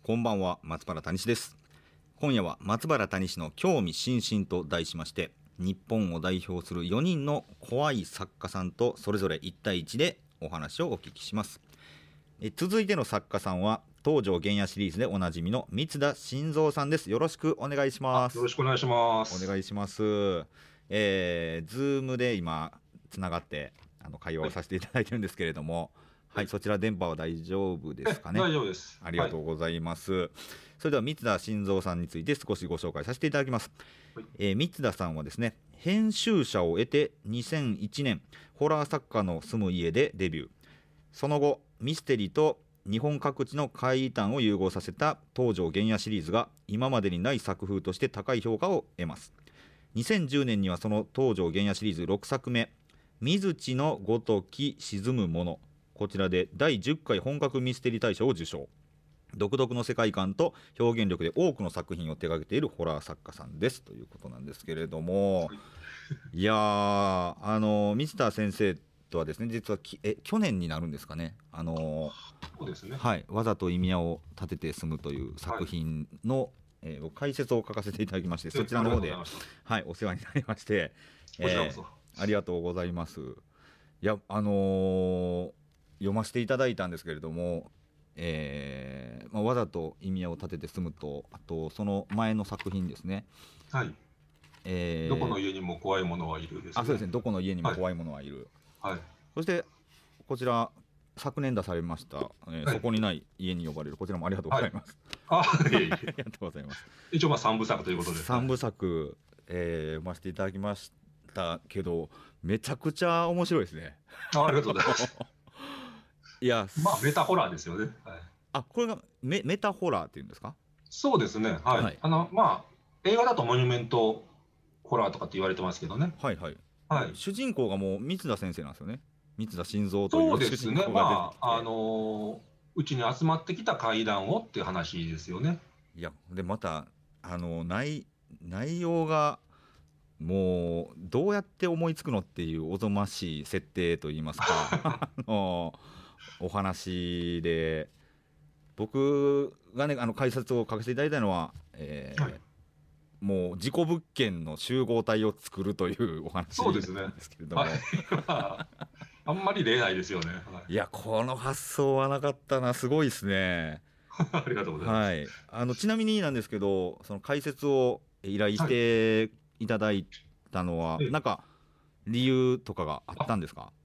こんばんは、松原谷志です。今夜は松原谷志の興味津々と題しまして、日本を代表する4人の怖い作家さんとそれぞれ1対1でお話をお聞きします。続いての作家さんは東條玄也シリーズでおなじみの三田晋三さんです。よろしくお願いします。 よろしくお願いします。 お願いします。Zoom で今つながって会話をさせていただいてるんですけれども、はい、そちら電波は大丈夫ですかね。 大丈夫です。 ありがとうございます。はい、それでは三田晋三さんについて少しご紹介させていただきます。三田さんはですね、編集者を得て2001年ホラー作家の住む家でデビュー。その後ミステリーと日本各地の怪談を融合させた東條玄也シリーズが今までにない作風として高い評価を得ます。2010年にはその東條玄也シリーズ6作目水地のごとき沈むもの、こちらで第10回本格ミステリー大賞を受賞。独特の世界観と表現力で多くの作品を手掛けているホラー作家さんですということなんですけれども、いやー、ミスター先生とはですね、実は去年になるんですかね、 そうですね、 はい、わざと意味屋を立てて住むという作品の、解説を書かせていただきまして、そちらの方で、はい、お世話になりまして、ありがとうございます。いや、読ませていただいたんですけれども、わざと意味屋を立てて住むと、あとその前の作品ですね、 はい、どこの家にも怖いものはいるですね。 そうですね、どこの家にも怖いものはいる、 はい、 そしてこちら昨年出されました、そこにない家に呼ばれる、こちらもありがとうございます。 ありがとうございます。 一応3部作ということで 3部作、読ませていただきましたけど、めちゃくちゃ面白いですね。 ありがとうございますいや、 メタホラーですよね。 これがメタホラーっていうんですか。 そうですね、はい、はい、映画だとモニュメントホラーとかって言われてますけどね。 はいはい、 はい、 主人公がもう三田先生なんですよね。三田晋三という主人公が出てきて、 うちに集まってきた怪談をっていう話ですよね。 いやでまた内容がもうどうやって思いつくのっていうおぞましい設定といいますかお話で、僕がね解説を書かせていただいたのは、はい、もう事故物件の集合体を作るというお話なんですけれども、 あんまり例ないですよね。 いやこの発想はなかったな、すごいですねありがとうございます。ちなみになんですけど、その解説を依頼していただいたのは、なんか理由とかがあったんですか。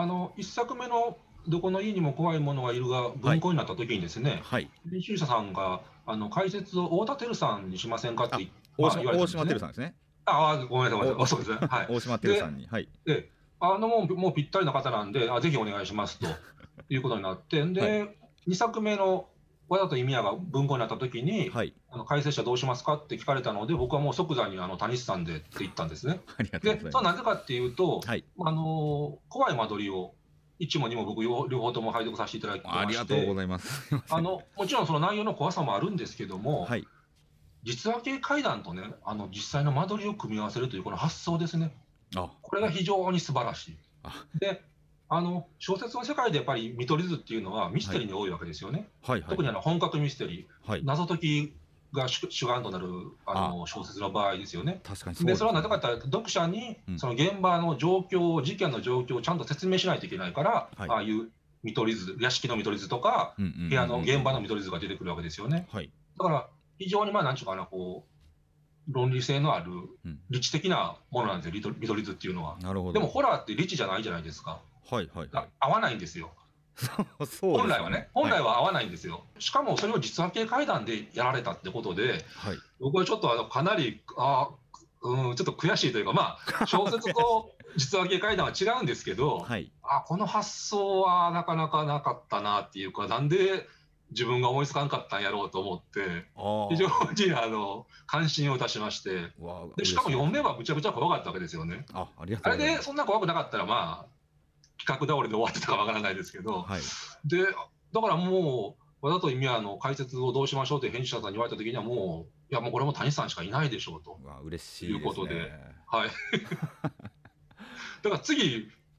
1作目のどこの家にも怖いものがいるが文庫になった時にですね、はい、編集者さんが解説を太田照さんにしませんかって大島照さんですね。 ごめんなさい、そうですね、はい、 大島照さんに、はい、 でもうぴったりな方なんで、ぜひお願いしますということになって、で、はい、2作目のわざと意味屋が文庫になった時に、はい、解説者どうしますかって聞かれたので、僕はもう即座に谷さんでって言ったんですね。で、それはなぜかっていうと、はい、怖い間取りを1も2も僕両方とも拝読させていただきまして、 ありがとうございます。 もちろんその内容の怖さもあるんですけども、はい、実話系怪談とね、実際の間取りを組み合わせるというこの発想ですね。これが非常に素晴らしい。で、小説の世界でやっぱり見取り図っていうのはミステリーに多いわけですよね。はいはい、特に本格ミステリー、はい、謎解きが主眼となる小説の場合ですよね。 確かにそうでそれはなぜかというと、読者にその現場の状況、事件の状況をちゃんと説明しないといけないから、はい、ああいう見取り図、屋敷の見取り図とか、部屋の現場の見取り図が出てくるわけですよね。はい、だから非常になんていうかな、論理性のある理知的なものなんですよ、見取り図っていうのは。でもホラーって理知じゃないじゃないですか。 はいはいはい、 合わないんですよ。本来はね、本来は合わないんですよ。しかもそれを実話系怪談でやられたってことで、はい、僕はちょっとかなりちょっと悔しいというか、小説と実話系怪談は違うんですけど、はい、この発想はなかなかなかったなっていうか、なんで自分が思いつかんかったんやろうと思って、非常に関心をいたしまして、でしかも読めばむちゃくちゃ怖かったわけですよね。あれでそんな怖くなかったら、企画倒れで終わってたかわからないですけど、はい、でだからもうわざと意味は解説をどうしましょうって編集者さんに言われた時にはもうこれも谷さんしかいないでしょうと嬉しいですね、 いうことで、はいだから次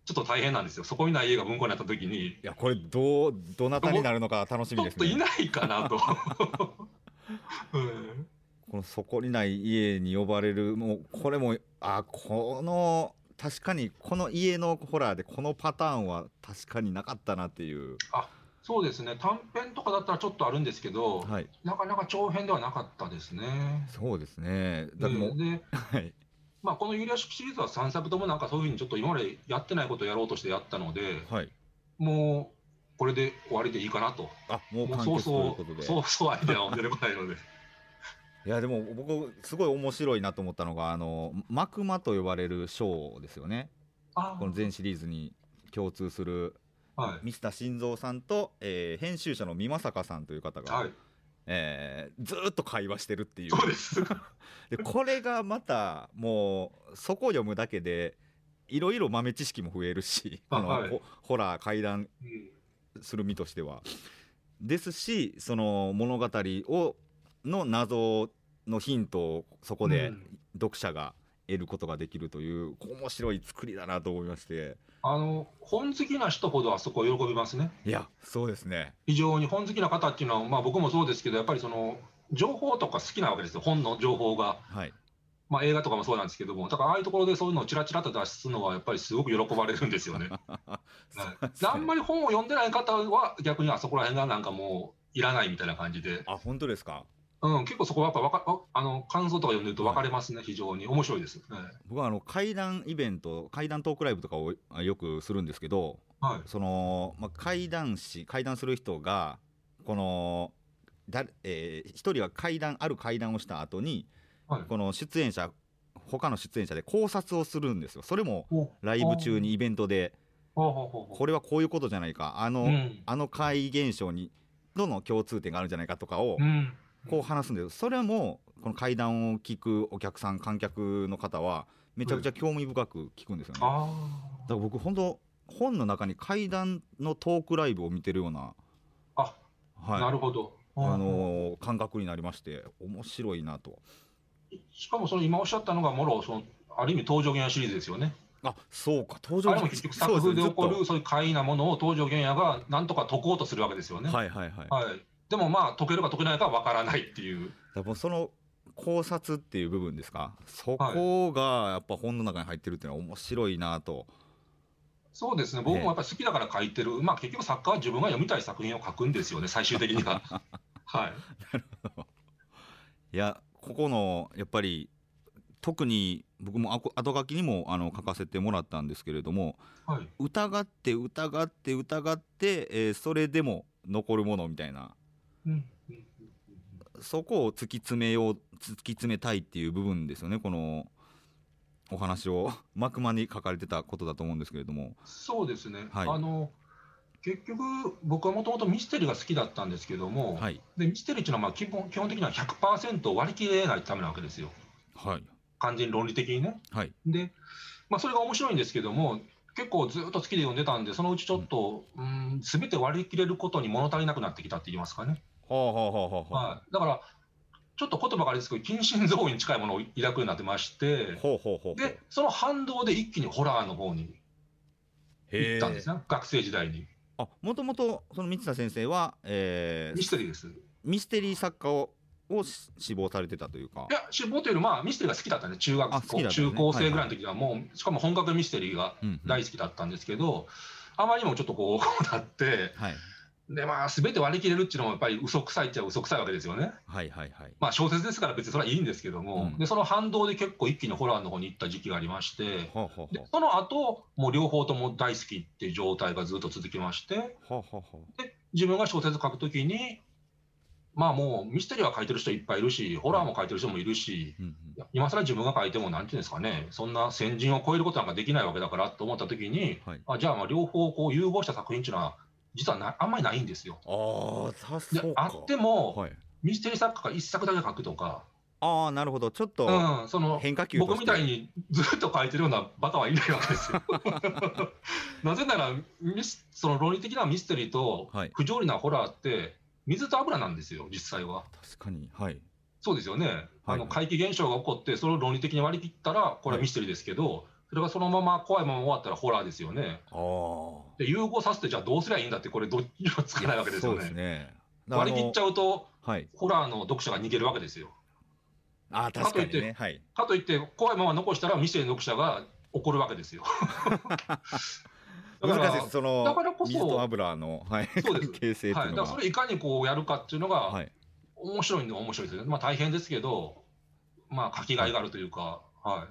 ちょっと大変なんですよ。そこにない家が文庫になった時に。 いやこれどなたになるのか楽しみですね。 ちょっといないかなと。 このそこにない家に呼ばれる、もうこれもこの確かにこの家のホラーでこのパターンは確かになかったなっていう。 そうですね、短編とかだったらちょっとあるんですけど、 はい、 なかなか長編ではなかったですね。 そうですね。だってもう、はい、 まあ、このユリア式シリーズは3作ともなんかそういうふうにちょっと今までやってないことをやろうとしてやったので、 はい、 もうこれで終わりでいいかなと。 もう完結ということで。 そうアイデアは出てこないので。 いやでも僕すごい面白いなと思ったのがマクマと呼ばれる賞ですよね。この全シリーズに共通する、水田信三さんと、編集者の美作さんという方が、ずっと会話してるっていう。 そうですでこれがまたもうそこを読むだけでいろいろ豆知識も増えるし、ホラー怪談する身としては、ですし、その物語の謎のヒントをそこで読者が得ることができるという面白い作りだなと思いまして。 本好きな人ほどあそこ喜びますね。 いやそうですね。 非常に本好きな方っていうのは、まあ、僕もそうですけど、やっぱりその情報とか好きなわけですよ、本の情報が。まあ、映画とかもそうなんですけども、だからああいうところでそういうのをちらちらと脱出するのはやっぱりすごく喜ばれるんですよね。あんまり本を読んでない方は逆にあそこら辺がなんかもういらないみたいな感じで。 本当ですか。 結構そこはやっぱ感想とか読んでると分かれますね。非常に面白いです。 僕は怪談イベント、怪談トークライブとかをよくするんですけど、その怪談する人がこの一人がある怪談をした後に、この他の出演者で考察をするんですよ。それもライブ中にイベントで、これはこういうことじゃないか、あの怪現象にどの共通点があるんじゃないかとかをこう話すんです。それもこの怪談を聞くお客さん、観客の方はめちゃくちゃ興味深く聞くんですよね。だから僕本当本の中に怪談のトークライブを見てるような、 なるほど、 感覚になりまして、面白いなと。 しかもその今おっしゃったのがもろある意味登場原野シリーズですよね。 そうか、登場原野。 あれも結局作風で起こるそういう怪異なものを登場原野がなんとか解こうとするわけですよね。でもまあ解けるか解けないかわからないっていう。 その考察っていう部分ですか、そこがやっぱ本の中に入ってるっていうのは面白いなと。 そうですね、僕もやっぱり好きだから書いてる、まあ結局作家は自分が読みたい作品を書くんですよね、最終的には。なるほど。いやここのやっぱり特に僕も後書きにも書かせてもらったんですけれども、疑って疑って、それでも残るものみたいな、そこを突き詰めたいっていう部分ですよね。このお話をマクマに書かれてたことだと思うんですけれども。 そうですね、結局僕はもともとミステリーが好きだったんですけども、でミステリーっていうのは基本的には 100% 割り切れないためなわけですよ、完全に論理的にね。で、それが面白いんですけども、結構ずっと好きで読んでたんで、そのうちちょっと全て割り切れることに物足りなくなってきたって言いますかね。だからちょっと言葉があれですけど、近親憎悪に近いものを抱くようになってまして、でその反動で一気にホラーの方に行ったんですね、学生時代に。 もともとその三田先生は、 ミステリーです。 ミステリー作家を志望されてたというか。 いや、志望というよりミステリーが好きだったんで、中高生ぐらいの時はもう、しかも本格ミステリーが大好きだったんですけど、あまりにもちょっとこうなって、で全て割り切れるっていうのもやっぱり嘘くさいっちゃ嘘くさいわけですよね。小説ですから別にそれはいいんですけども、でその反動で結構一気にホラーの方に行った時期がありまして、でその後もう両方とも大好きっていう状態がずっと続きまして、で自分が小説書くときにもうミステリーは書いてる人いっぱいいるし、ホラーも書いてる人もいるし、今更自分が書いてもなんていうんですかね、そんな先人を超えることなんかできないわけだからと思ったときに、じゃあ両方こう融合した作品っていうのは実はあんまりないんですよ。であっても、ミステリー作家が一作だけ書くとか。 なるほど、ちょっと変化球として、 僕みたいにずっと書いてるようなバカはいないわけですよ。なぜならその論理的なミステリーと不条理なホラーって水と油なんですよ、実際は。 確かに、 そうですよね。怪奇現象が起こってそれを論理的に割り切ったらこれはミステリーですけど、 それがそのまま怖いまま終わったらホラーですよね。で融合させてじゃあどうすりゃいいんだって、これどっちにもつかないわけですよね。 そうですね。 割り切っちゃうと、 はい、 ホラーの読者が逃げるわけですよ。 確かにね。はい、 かといって怖いまま残したらミステリーの読者が怒るわけですよ。 難しいです。そのだからこそ水と油の、はい、 そうです形成っていうのが、 はい、だからそれいかにこうやるかっていうのが、はい、面白いのは面白いですよね。まあ大変ですけど、まあ書きがいがあるというか、はい、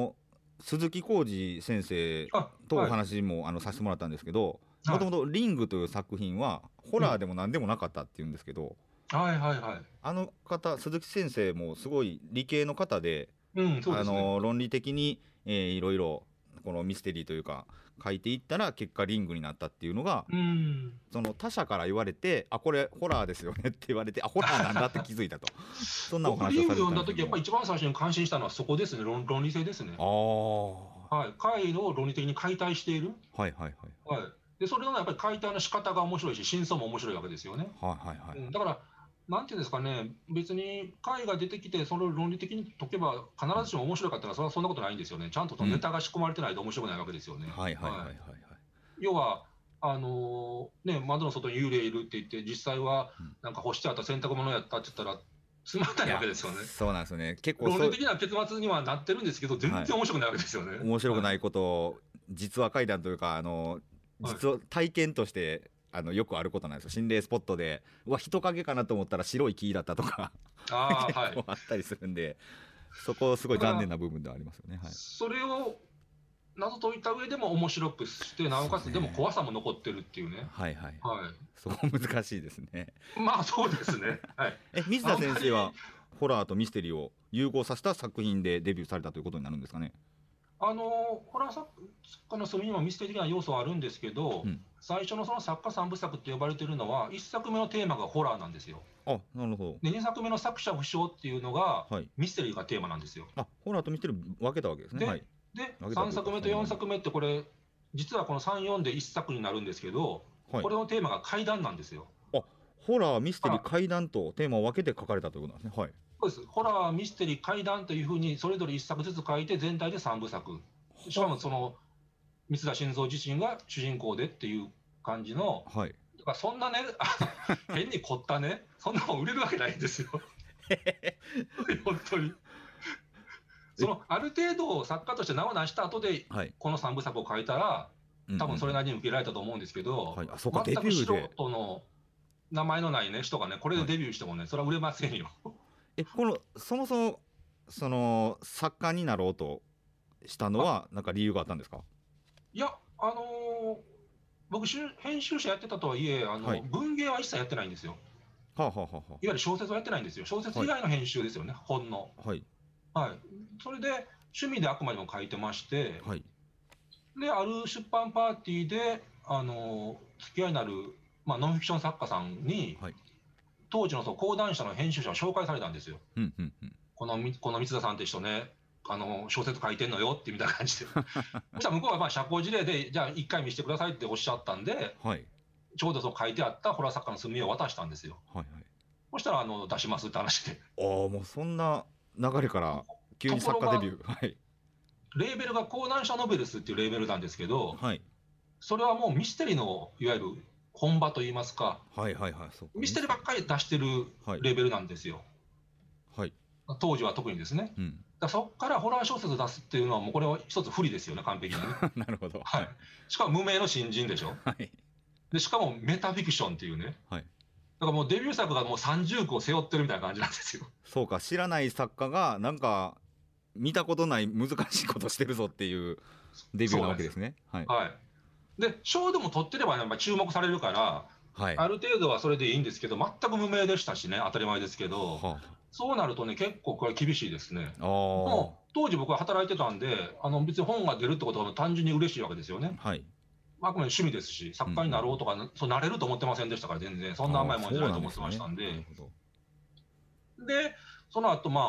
鈴木浩二先生とお話も、させてもらったんですけど、もともと「リング」という作品はホラーでも何でもなかったっていうんですけど、 はいはいはい、 あの方鈴木先生もすごい理系の方で、 そうですね、 論理的に、いろいろこのミステリーというか書いていったら結果リングになったっていうのが、その他者から言われて、これホラーですよねって言われて、ホラーなんだって気づいたとそんなお話をされてたんですけど、僕リング読んだ時やっぱり一番最初に感心したのはそこですね。論理性ですね。はい、解を論理的に解体している。はいはいはい、はい、でそれのやっぱり解体の仕方が面白いし、真相も面白いわけですよね。はいはいはい、だからなんていうんですかね、別に解が出てきてそれを論理的に解けば必ずしも面白かったらそれはそんなことないんですよね。ちゃんとネタが仕込まれてないと面白くないわけですよね。要はね、窓の外に幽霊いるって言って実際はなんか干してあった洗濯物やったって言ったらつまんないわけですよね。 そうなんですよね。結構論理的な結末にはなってるんですけど、全然面白くないわけですよね。 面白くないことを実話怪談というか、実は体験としてよくあることなんですよ。心霊スポットで人影かなと思ったら白い木だったとか結構あったりするんで、そこすごい残念な部分ではありますよね。はい、 それを謎解いた上でも面白くして、なおかつでも怖さも残ってるっていうね。はいはい、はい、 そこ難しいですね。 まあそうですね。はい、 水田先生はホラーとミステリーを融合させた作品でデビューされたということになるんですかね。 ホラー作家の隅にもミステリー的な要素はあるんですけど、最初のその作家三部作って呼ばれてるのは1作目のテーマがホラーなんですよ。 なるほど。 で2作目の作者不詳っていうのが、ミステリーがテーマなんですよ。 ホラーとミステリー分けたわけですね。 で3作目と4作目ってこれ実はこの3、4で1作になるんですけど、これのテーマが怪談なんですよ。 ホラー、ミステリー、怪談とテーマを分けて書かれたということなんですね。 そうです。ホラー、ミステリー、怪談というふうにそれぞれ1作ずつ書いて全体で3部作。しかもその三田晋三自身が主人公でっていう感じの、だからそんなね変に凝ったね、そんなもん売れるわけないんですよ本当に。ある程度作家として名を成した後で、この3部作を書いたら多分それなりに受けられたと思うんですけど、全く素人の名前のないね人がねこれでデビューしてもね、それは売れませんよそもそもその作家になろうとしたのは何か理由があったんですか。 いや僕編集者やってたとはいえ文芸は一切やってないんですよ。いわゆる小説はやってないんですよ。小説以外の編集ですよね、本の。それで趣味であくまでも書いてまして、である出版パーティーで付き合いになる、ノンフィクション作家さんに、当時の講談社の編集者を紹介されたんですよ。この三田さんって人ね小説書いてんのよってみたいな感じでそしたら向こうは社交辞令でじゃあ1回見せてくださいっておっしゃったんで、ちょうどその書いてあったホラー作家の墨を渡したんですよ。そしたら出しますって話で。 もうそんな流れから急に作家デビュー。 レーベルが講談社ノベルスっていうレーベルなんですけど、それはもうミステリーのいわゆる本場といいますか、ミステリーばっかり出してるレーベルなんですよ。当時は特にですね。そこからホラー小説出すっていうのはもうこれは一つ不利ですよね、完璧にねなるほど。 しかも無名の新人でしょ。でしかもメタフィクションっていうね。だからもうデビュー作がもう30句を背負ってるみたいな感じなんですよ。 そうか、知らない作家がなんか見たことない難しいことしてるぞっていうデビューなわけですね。 で賞でも取ってれば、注目されるから、ある程度はそれでいいんですけど、全く無名でしたしね、当たり前ですけど、そうなるとね結構これ厳しいですね。もう当時僕は働いてたんで別に本が出るってことは単純に嬉しいわけですよね。あくまで趣味ですし、作家になろうとか、そうなれると思ってませんでしたから、全然そんな甘いもんじゃないと思ってましたんで。でその後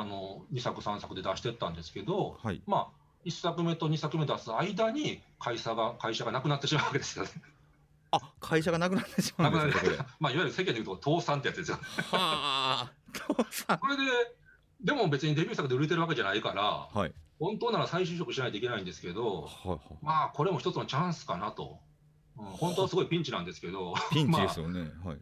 2作3作で出してったんですけど、1作目と2作目出す間に会社がなくなってしまうわけですよね。 会社がなくなってしまうんですね。 いわゆる世間でいうと倒産ってやつですよ。それででも別にデビュー作で売れてるわけじゃないから、 本当なら再就職しないといけないんですけど、まあこれも一つのチャンスかなと、本当はすごいピンチなんですけど、 ピンチですよね、はい。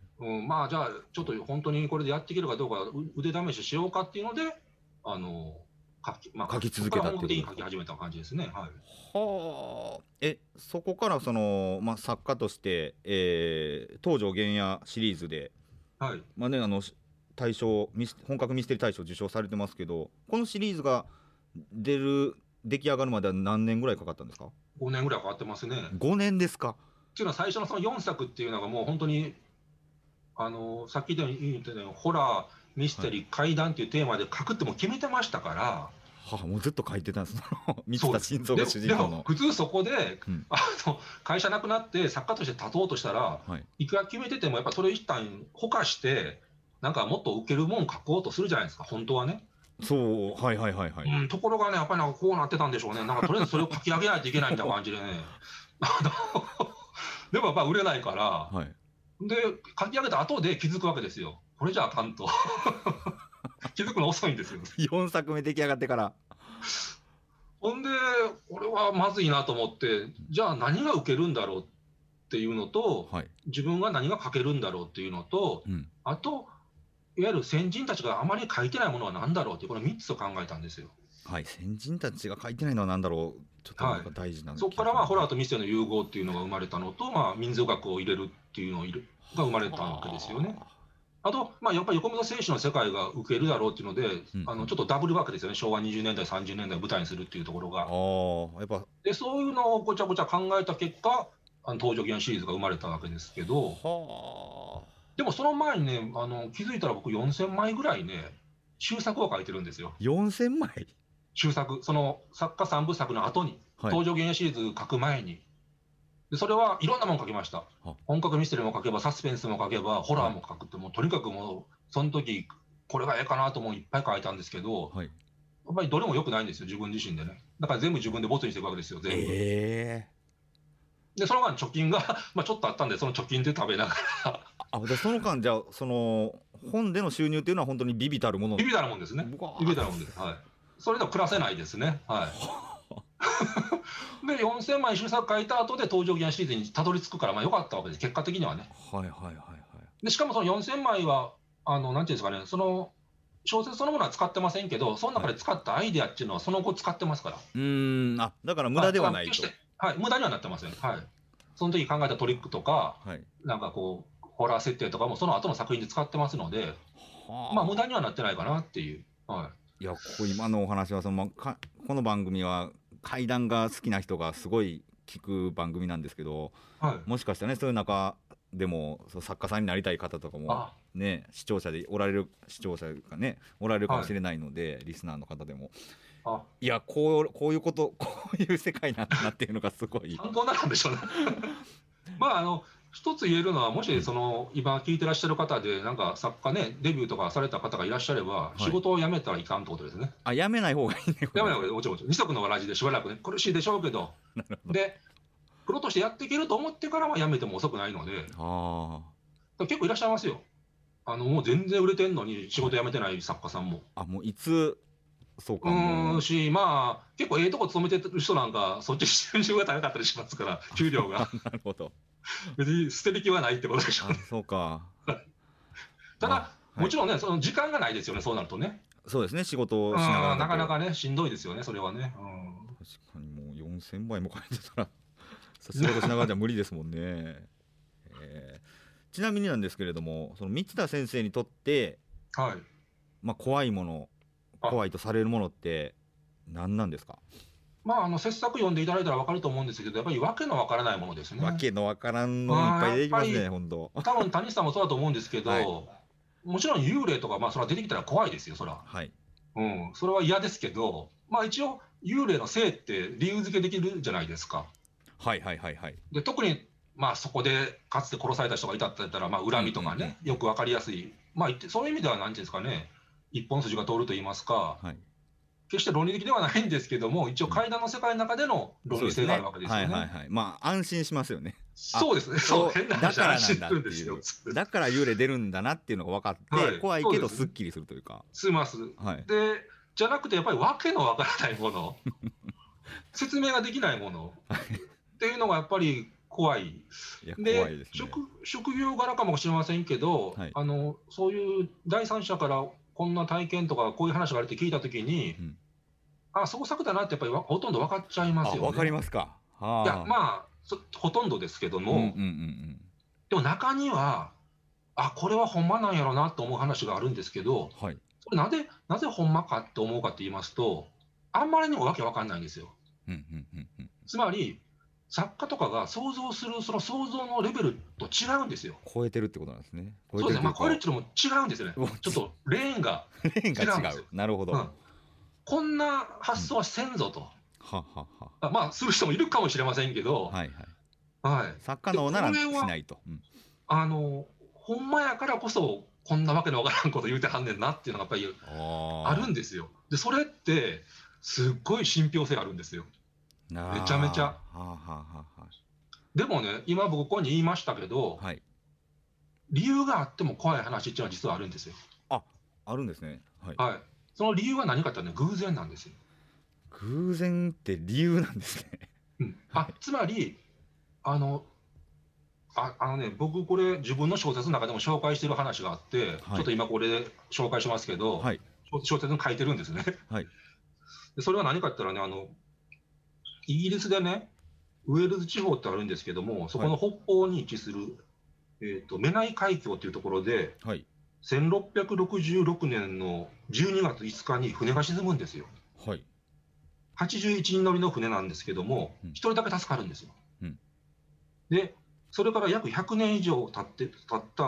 まあじゃあ、ちょっと本当にこれでやっていけるかどうか、腕試ししようかっていうので、 書き続けたっていうことですか。 書き始めた感じですね。はい。 はあ、そこから作家として、東條玄也シリーズで、 はい、 まあね、本格ミステリー大賞受賞されてますけど、このシリーズが出来上がるまでは何年ぐらいかかったんですか。 5年ぐらいかかってますね。 5年ですか。 っていうのは最初のその4作っていうのがもう本当にさっき言ったようにホラーミステリー、怪談っていうテーマで書くっても決めてましたから、 もうずっと書いてたんです三田心臓が主人公の。 でも普通そこで、会社なくなって作家として立とうとしたら、いくら決めててもやっぱそれ一旦ほかしてなんかもっと受けるもん書こうとするじゃないですか、本当はね。 そう、はいはいはいはい、 ところがね、やっぱりなんかこうなってたんでしょうね。なんかとりあえずそれを書き上げないといけないみたいな感じでねでもやっぱ売れないから、で書き上げた後で気づくわけですよ。これじゃあかんと気づくの遅いんですよ。 4作目出来上がってから。 ほんでこれはまずいなと思って、じゃあ何が受けるんだろうっていうのと、自分が何が書けるんだろうっていうのと、あといわゆる先人たちがあまり書いてないものは何だろうっていう、この3つを考えたんですよ。 先人たちが書いてないのは何だろう、ちょっとなんか大事な、 そこからホラーとミステリーの融合っていうのが生まれたのと、民族学を入れるっていうのが生まれたわけですよね。あと、やっぱり横溝正史の世界が受けるだろうっていうので、ちょっとダブルワークですよね、昭和20年代、30年代を舞台にするっていうところが。でそういうのをごちゃごちゃ考えた結果、東条玄シリーズが生まれたわけですけど、でもその前にね、気づいたら僕、4000枚ぐらいね、終作を書いてるんですよ。 4000枚終作、その作家3部作の後に、東条玄也シリーズ書く前に。でそれはいろんなもの書きました。本格ミステリーも書けば、サスペンスも書けば、ホラーも書くって、もうとにかくもう、その時これがええかなと思ういっぱい書いたんですけど、やっぱりどれも良くないんですよ、自分自身でね。だから全部自分でボツにしていくわけですよ、全部。で、その間に貯金がちょっとあったんで、その貯金で食べながらその間、じゃあ、その本での収入っていうのは、本当にビビたるもの。 ビビたるもんですね。ビビたるもんです。はい。それでは暮らせないですね。はい。で、4000枚終作書いた後で東条玄シリーズにたどり着くから、良かったわけです、結果的にはね。で、しかもその4000枚は、なんていうんですかね、その小説そのものは使ってませんけど、その中で使ったアイデアっていうのは、その後使ってますから。 だから無駄ではないと。 無駄にはなってません。はい。その時考えたトリックとか、なんかこう、ホラー設定とかもその後の作品で使ってますので、無駄にはなってないかなっていう。 いや、今のお話はこの番組は怪談が好きな人がすごい聞く番組なんですけど、もしかしたらね、そういう中でも作家さんになりたい方とかもね、視聴者がねおられるかもしれないので、リスナーの方でも。いや、こういうこと、こういう世界なんだなっていうのがすごい参考になるんでしょうね一つ言えるのは、もし今聞いてらっしゃる方で、なんか作家ね、デビューとかされた方がいらっしゃれば、仕事を辞めたらいかんってことですね。 辞めない方がいいね。 辞めない方がいい、もちろん。二足のわらじでしばらくね、苦しいでしょうけど、で、プロとしてやっていけると思ってからは辞めても遅くないので、結構いらっしゃいますよ。もう全然売れてんのに仕事辞めてない作家さんも。 もういつそうか結構とこ勤めてる人なんか、そっち収入が高かったりしますから、給料が。 なるほど。 別に捨てる気はないってことでしょうね。 そうか。 ただ、もちろんね、その時間がないですよね、そうなるとね。 そうですね、仕事をしながら。 なかなかね、しんどいですよね、それはね。 確かにもう4000倍も書いてたら、仕事しながらじゃ無理ですもんね。ちなみになんですけれども、その三田先生にとって、怖いもの、怖いとされるものって何なんですか。 切削読んでいただいたら分かると思うんですけど、やっぱり訳の分からないものですね。 訳の分からんのいっぱい出てきますね、本当。 多分谷さんもそうだと思うんですけど、もちろん幽霊とか、それは出てきたら怖いですよ、それは。それは嫌ですけど、一応、幽霊のせいって理由付けできるじゃないですか。で特に、そこでかつて殺された人がいたって言ったら、恨みとかね、よく分かりやすい、そういう意味では、なんていうんですかね、一本筋が通ると言いますか。決して論理的ではないんですけども、一応怪談の世界の中での論理性があるわけですよね。 安心しますよね。 そうですね。変な話、安心するんですよ。 だから幽霊出るんだなっていうのが分かって、怖いけどすっきりするというか。 します。で、 じゃなくてやっぱり訳のわからないもの説明ができないものっていうのがやっぱり怖い。 いやで、 怖いですね。 職業柄かもしれませんけど、 はいそういう第三者からこんな体験とかこういう話があるって聞いたときに、 うん、 あ、創作だなってやっぱりほとんど分かっちゃいますよね。 わかりますか。 いや、まあ、ほとんどですけども、でも中には、あ、これはほんまなんやろなと思う話があるんですけど、 はい。 それなぜほんまかって思うかって言いますと、あんまりにもわけわかんないんですよ。つまり、作家とかが想像するその想像のレベルと違うんですよ。 超えてるってことなんですね。 そうですね、まあ、超えるっていうのも違うんですよね。ちょっとレーンがレーンが違うんですよ。 なるほど。 こんな発想はせんぞと。 ははは。 まあ、する人もいるかもしれませんけど、 はいはい。 はい。作家のならしないと。 ほんまやからこそ、こんなわけのわからんこと言うてはんねんなっていうのがやっぱりあるんですよ。で、それって、すっごい信憑性あるんですよ。めちゃめちゃ。でもね、今僕ここに言いましたけど、 はい、 理由があっても怖い話っていうのは実はあるんですよ。 あるんですね。はい。 はい。その理由は何かっていうとね、偶然なんですよ。 偶然って理由なんですね。 つまり、僕これ自分の小説の中でも紹介してる話があって、ちょっと今これで紹介しますけど、小説に書いてるんですね。でそれは何かって言ったらね、イギリスでね、ウェールズ地方ってあるんですけども、そこの北方に位置する、メナイ海峡っていうところで、1666年の12月5日に船が沈むんですよ。81人乗りの船なんですけども、1人だけ助かるんですよ。で、それから約100年以上経った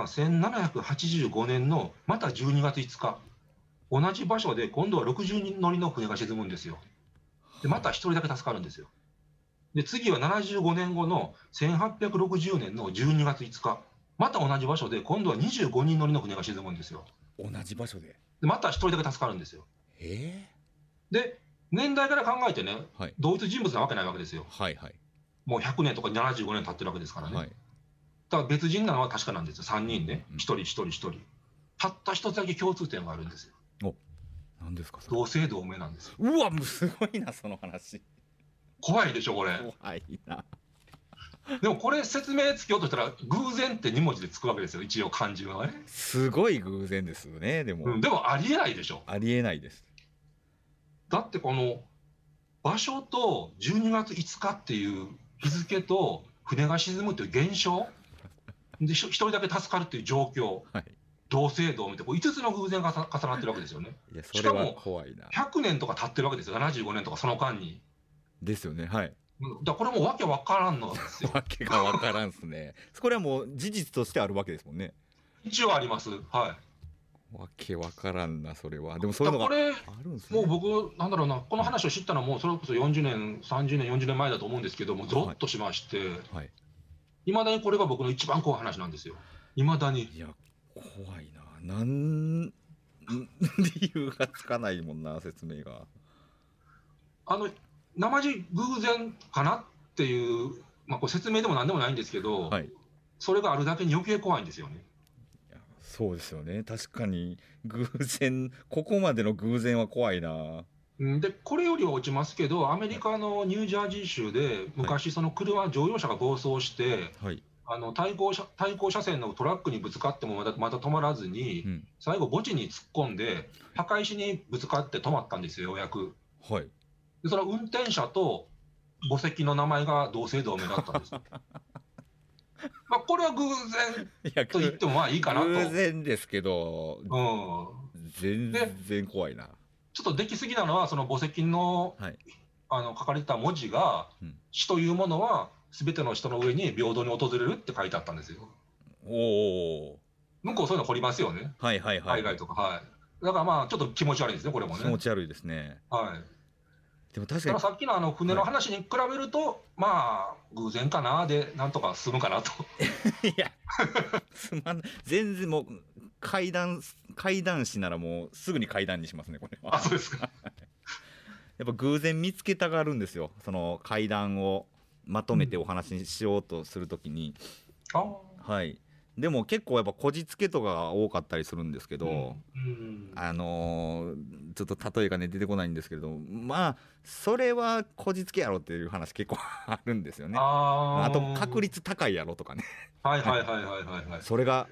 1785年のまた12月5日、同じ場所で今度は60人乗りの船が沈むんですよ。で、また1人だけ助かるんですよ。で、次は75年後の1860年の12月5日、また同じ場所で今度は25人乗りの船が沈むんですよ。 同じ場所で。 で、また1人だけ助かるんですよ。で、年代から考えてね、同一人物なわけないわけですよ。もう100年とか75年経ってるわけですからね。だから別人なのは確かなんですよ、3人ね、1人、1人、1人。たった1つだけ共通点があるんですよ。 何ですか？ 同姓同名なんですよ。 うわ、もうすごいな、その話。 怖いでしょ、これ。 怖いな。 でもこれ説明つけようとしたら、偶然って2文字でつくわけですよ、一応漢字はね。 すごい偶然ですね、でも。 でもありえないでしょ。 ありえないです。 だってこの場所と12月5日っていう日付と船が沈むっていう現象で1人だけ助かるっていう状況、同姓同名って5つの偶然が重なってるわけですよね。 いや、それは怖いな。 しかも100年とか経ってるわけですよ、75年とかその間に。 ですよね、はい。 だこれもわけわからんのですよ。 わけがわからんすね。これはもう事実としてあるわけですもんね。 一応あります。はい。 わけわからんな、それは。でもそういうのがあるんですね。 もう僕、なんだろうな、この話を知ったのはもうそれこそ40年、30年、40年前だと思うんですけども、ゾッとしまして、いまだにこれが僕の一番怖い話なんですよ。いまだに。 いや、怖いな。理由がつかないもんな、説明が。 生地偶然かなっていう、これ説明でもなんでもないんですけど、それがあるだけに余計怖いんですよね。 そうですよね、確かに偶然、ここまでの偶然は怖いな。 でこれよりは落ちますけど、アメリカのニュージャージー州で昔、その乗用車が暴走して、対向車線のトラックにぶつかってもまた止まらずに、最後、墓地に突っ込んで、墓石にぶつかって止まったんですよ、ようやく。でその運転者と墓石の名前が同姓同名だったんです。これは偶然と言ってもまあいいかなと。 偶然ですけど、全然怖いな。 ちょっとできすぎなのは、その墓石の、書かれてた文字が、死というものはすべての人の上に平等に訪れるって書いてあったんですよ。向こうそういうの掘りますよね。海外とか。だからまあちょっと気持ち悪いですね、これもね。 気持ち悪いですね。でも確かにさっきの船の話に比べると、まあ偶然かなでなんとか済むかなと。 いや全然もう怪談師ならもうすぐに怪談にしますね、これは。 そうですか。 やっぱ偶然見つけたがるんですよ、その怪談をまとめてお話にしようとするときに。 でも結構やっぱこじつけとかが多かったりするんですけど、ちょっと例えがね出てこないんですけれど、まあそれはこじつけやろっていう話結構あるんですよね。あと確率高いやろとかね。 はいはいはいはいはいはい。 それが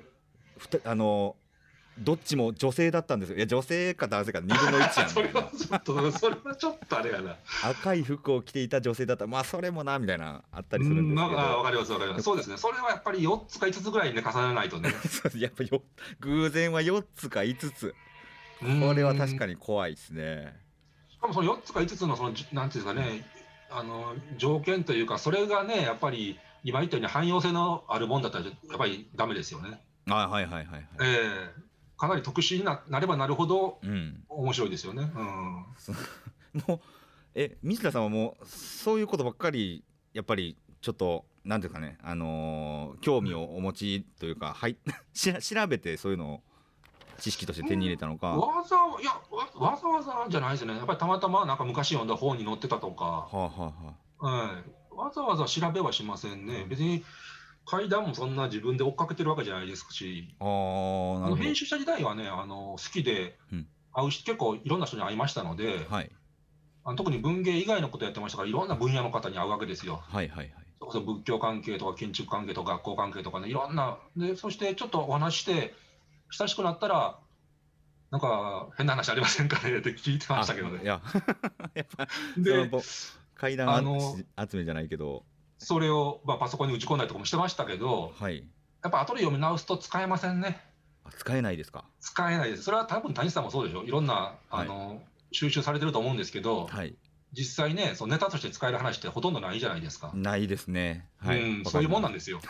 どっちも女性だったんですよ。いや女性か男性か2分の1やんみたいな。 それはちょっとあれやな。 赤い服を着ていた女性だったらまあそれもなみたいなあったりするんですけど。 わかりますわかります。そうですね。それはやっぱり4つか5つぐらいね重ねないとね。 やっぱ偶然は4つか5つ。これは確かに怖いですね。 しかもその4つか5つのそのなんていうんですかね、条件というかそれがねやっぱり今言ったように汎用性のあるもんだったらやっぱりダメですよね。 はいはいはいはい。 かなり特殊になればなるほど面白いですよね。 もう水田さんはもうそういうことばっかりやっぱりちょっとなんていうかね、興味をお持ちというか、調べてそういうのを知識として手に入れたのか。 わざわざじゃないですね。やっぱりたまたまなんか昔読んだ本に載ってたとか、わざわざ調べはしませんね。別に階段もそんな自分で追っかけてるわけじゃないですし、編集者時代はね好きで結構いろんな人に会いましたので、特に文芸以外のことやってましたから、いろんな分野の方に会うわけですよ。それこそ仏教関係とか建築関係とか学校関係とかね、いろんなで、そしてちょっとお話して親しくなったら、なんか変な話ありませんかねって聞いてましたけどね。 いややっぱで階段集めじゃないけど、 それを、パソコンに打ち込んだりとかもしてましたけど、やっぱ後で読み直すと使えませんね。 使えないですか？ 使えないです。それは多分谷さんもそうでしょ。いろんな収集されてると思うんですけど、実際ね、そのネタとして使える話ってほとんどないじゃないですか。 ないですね。 そういうもんなんですよ。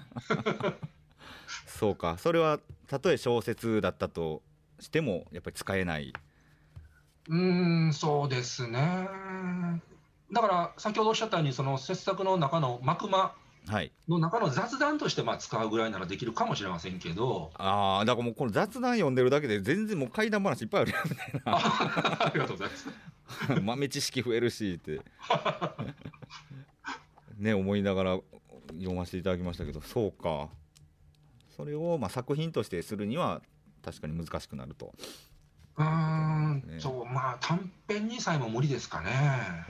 そうか。それはたとえ小説だったとしてもやっぱり使えない。 そうですね。だから先ほどおっしゃったように、その切削の中の幕間の中の雑談として使うぐらいならできるかもしれませんけど。 だからもうこの雑談読んでるだけで全然もう怪談話いっぱいあるやんみたいな。 ありがとうございます。 豆知識増えるしってね思いながら読ませていただきましたけど、そうか。それを作品としてするには確かに難しくなると。 そう短編にさえも無理ですかね。 な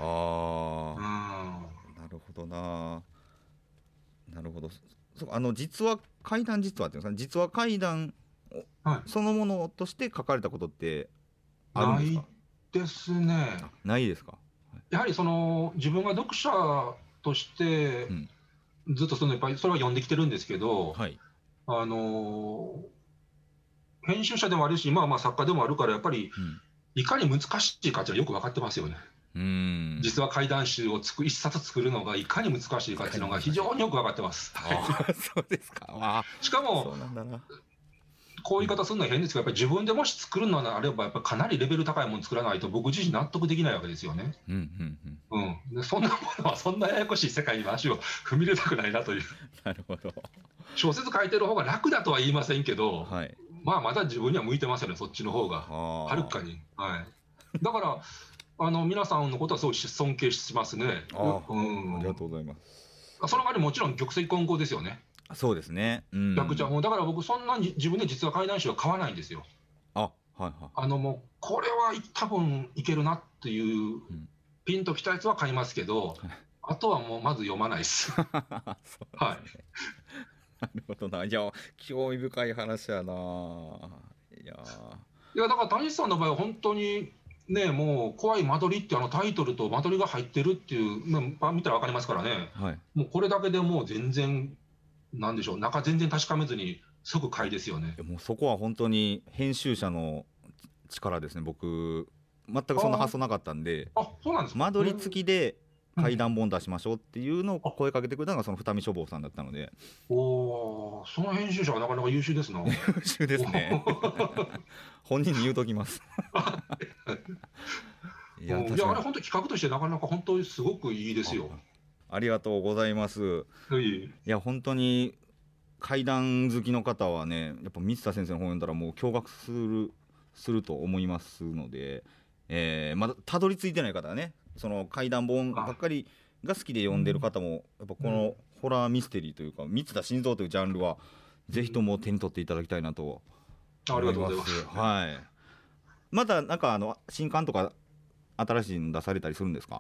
るほどな。なるほど。実は怪談実話っていうんですかね、実は怪談そのものとして書かれたことってあるんですか？ ないですね。 ないですか？ やはりその自分が読者としてずっとやっぱりそれは読んできてるんですけど、編集者でもあるし、作家でもあるから、やっぱりいかに難しいかってよく分かってますよね。実は怪談集を一冊作るのがいかに難しいかっていうのが非常によく分かってます。 そうですか。 しかもこういう言い方するのは変ですけど、やっぱり自分でもし作るのであれば、やっぱりかなりレベル高いもの作らないと僕自身納得できないわけですよね。そんなものはそんなややこしい世界に足を踏み入れたくないなという。なるほど。小説書いてる方が楽だとは言いませんけど、まだ自分には向いてますよね、そっちの方がはるかに。だから皆さんのことはすごい尊敬しますね。 ありがとうございます。 その代わりもちろん玉石混交ですよね。 そうですね。 だから僕そんなに自分で実は怪談集は買わないんですよ。もうこれは多分いけるなっていうピンときたやつは買いますけど、あとはもうまず読まないです。なるほどな。いや興味深い話やな。いやだから谷さんの場合は本当にね、もう怖い間取りってタイトルと間取りが入ってるっていう見たら分かりますからね。もうこれだけでもう全然なんでしょう、中全然確かめずに即買いですよね。 もうそこは本当に編集者の力ですね。僕全くそんな発想なかったんで、 そうなんですか。 間取り付きで怪談本出しましょうっていうのを声かけてくれたのがその二見書房さんだったので。 その編集者はなかなか優秀ですな。 優秀ですね。本人に言うときます。 いやあれ本当企画としてなかなか本当にすごくいいですよ。 ありがとうございます。いや本当に怪談好きの方はね、やっぱ水田先生の本読んだらもう驚愕すると思いますので、まだたどり着いてない方はね、その怪談本ばっかりが好きで読んでる方もやっぱこのホラーミステリーというか三田心臓というジャンルはぜひとも手に取っていただきたいなとありがとうございます。 はい。またなんか新刊とか新しいの出されたりするんですか。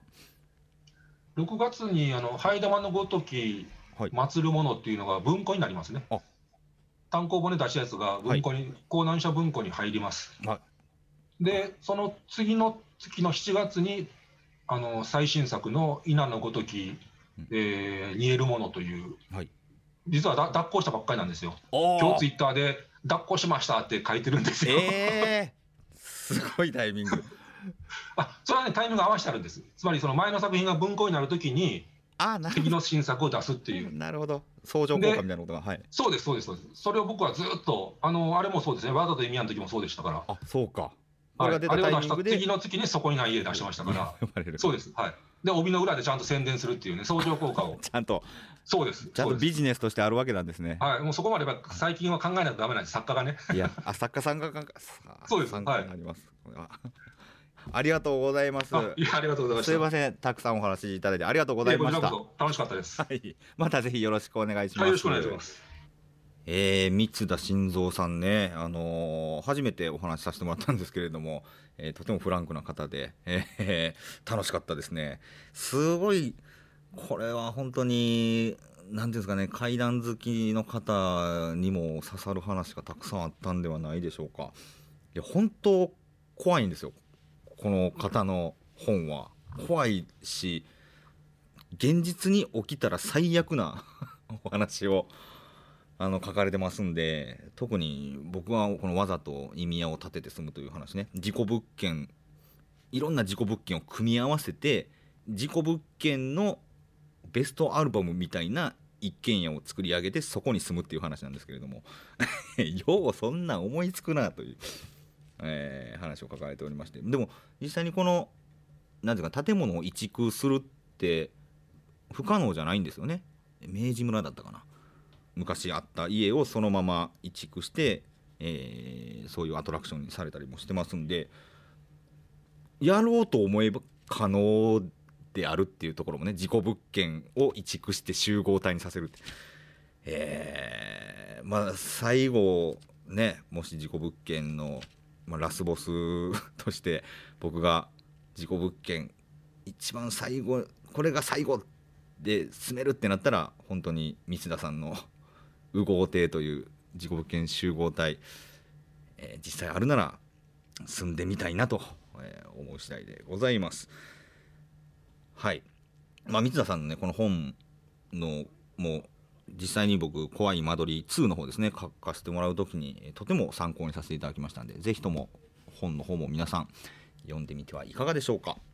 6月にハイダマのごとき祭るものっていうのが文庫になりますね。単行本で出したやつが文庫に、講談社文庫に入ります。で、その次の月の7月に最新作の稲のごとき、煮えるものという、実は脱稿したばっかりなんですよ。今日ツイッターで脱稿しましたって書いてるんですよ。 すごいタイミング。 それはね、タイミング合わせてあるんです。つまりその前の作品が文庫になるときに次の新作を出すっていう。 なるほど。相乗効果みたいなことが。 そうですそうですそうです。それを僕はずっとあれもそうですね。わざと意味やの時もそうでしたから。 そうか。 あれを出した次の月にそこにない家出してましたから。そうです。はい。で帯の裏でちゃんと宣伝するっていうね、相乗効果をちゃんと。 そうです。 ちゃんとビジネスとしてあるわけなんですね。 はい。もうそこまで最近は考えないとダメなんです。作家がね。 いや、作家さんがそうです。はい。 あります。ありがとうございます。 いや、ありがとうございました。 すいません、たくさんお話しいただいてありがとうございました。 楽しかったです。 はい。またぜひよろしくお願いします。 よろしくお願いします。 三田晋三さんね、初めてお話しさせてもらったんですけれども、とてもフランクな方で、楽しかったですね。すごい、これは本当に何ていうんですかね、怪談好きの方にも刺さる話がたくさんあったんではないでしょうか。いや本当怖いんですよ、この方の本は。怖いし、現実に起きたら最悪なお話を書かれてますんで、特に僕はこのわざと意味屋を立てて住むという話ね、事故物件、いろんな事故物件を組み合わせて事故物件のベストアルバムみたいな一軒家を作り上げてそこに住むっていう話なんですけれどもようそんな思いつくなという、話を書かれておりまして、でも実際にこの何ていうか建物を移築するって不可能じゃないんですよね。明治村だったかな、昔あった家をそのまま移築して、そういうアトラクションにされたりもしてますんで、やろうと思えば可能であるっていうところもね、事故物件を移築して集合体にさせるって、まあ最後ね、もし事故物件の、ラスボスとして僕が事故物件一番最後、これが最後で住めるってなったら、本当に三田さんの右豪邸という事故物件集合体、実際あるなら住んでみたいなと、思う次第でございます。はい。三田さんのね、この本のもう実際に僕怖い間取り2の方ですね、書かせてもらうときにとても参考にさせていただきましたので、ぜひとも本の方も皆さん読んでみてはいかがでしょうか。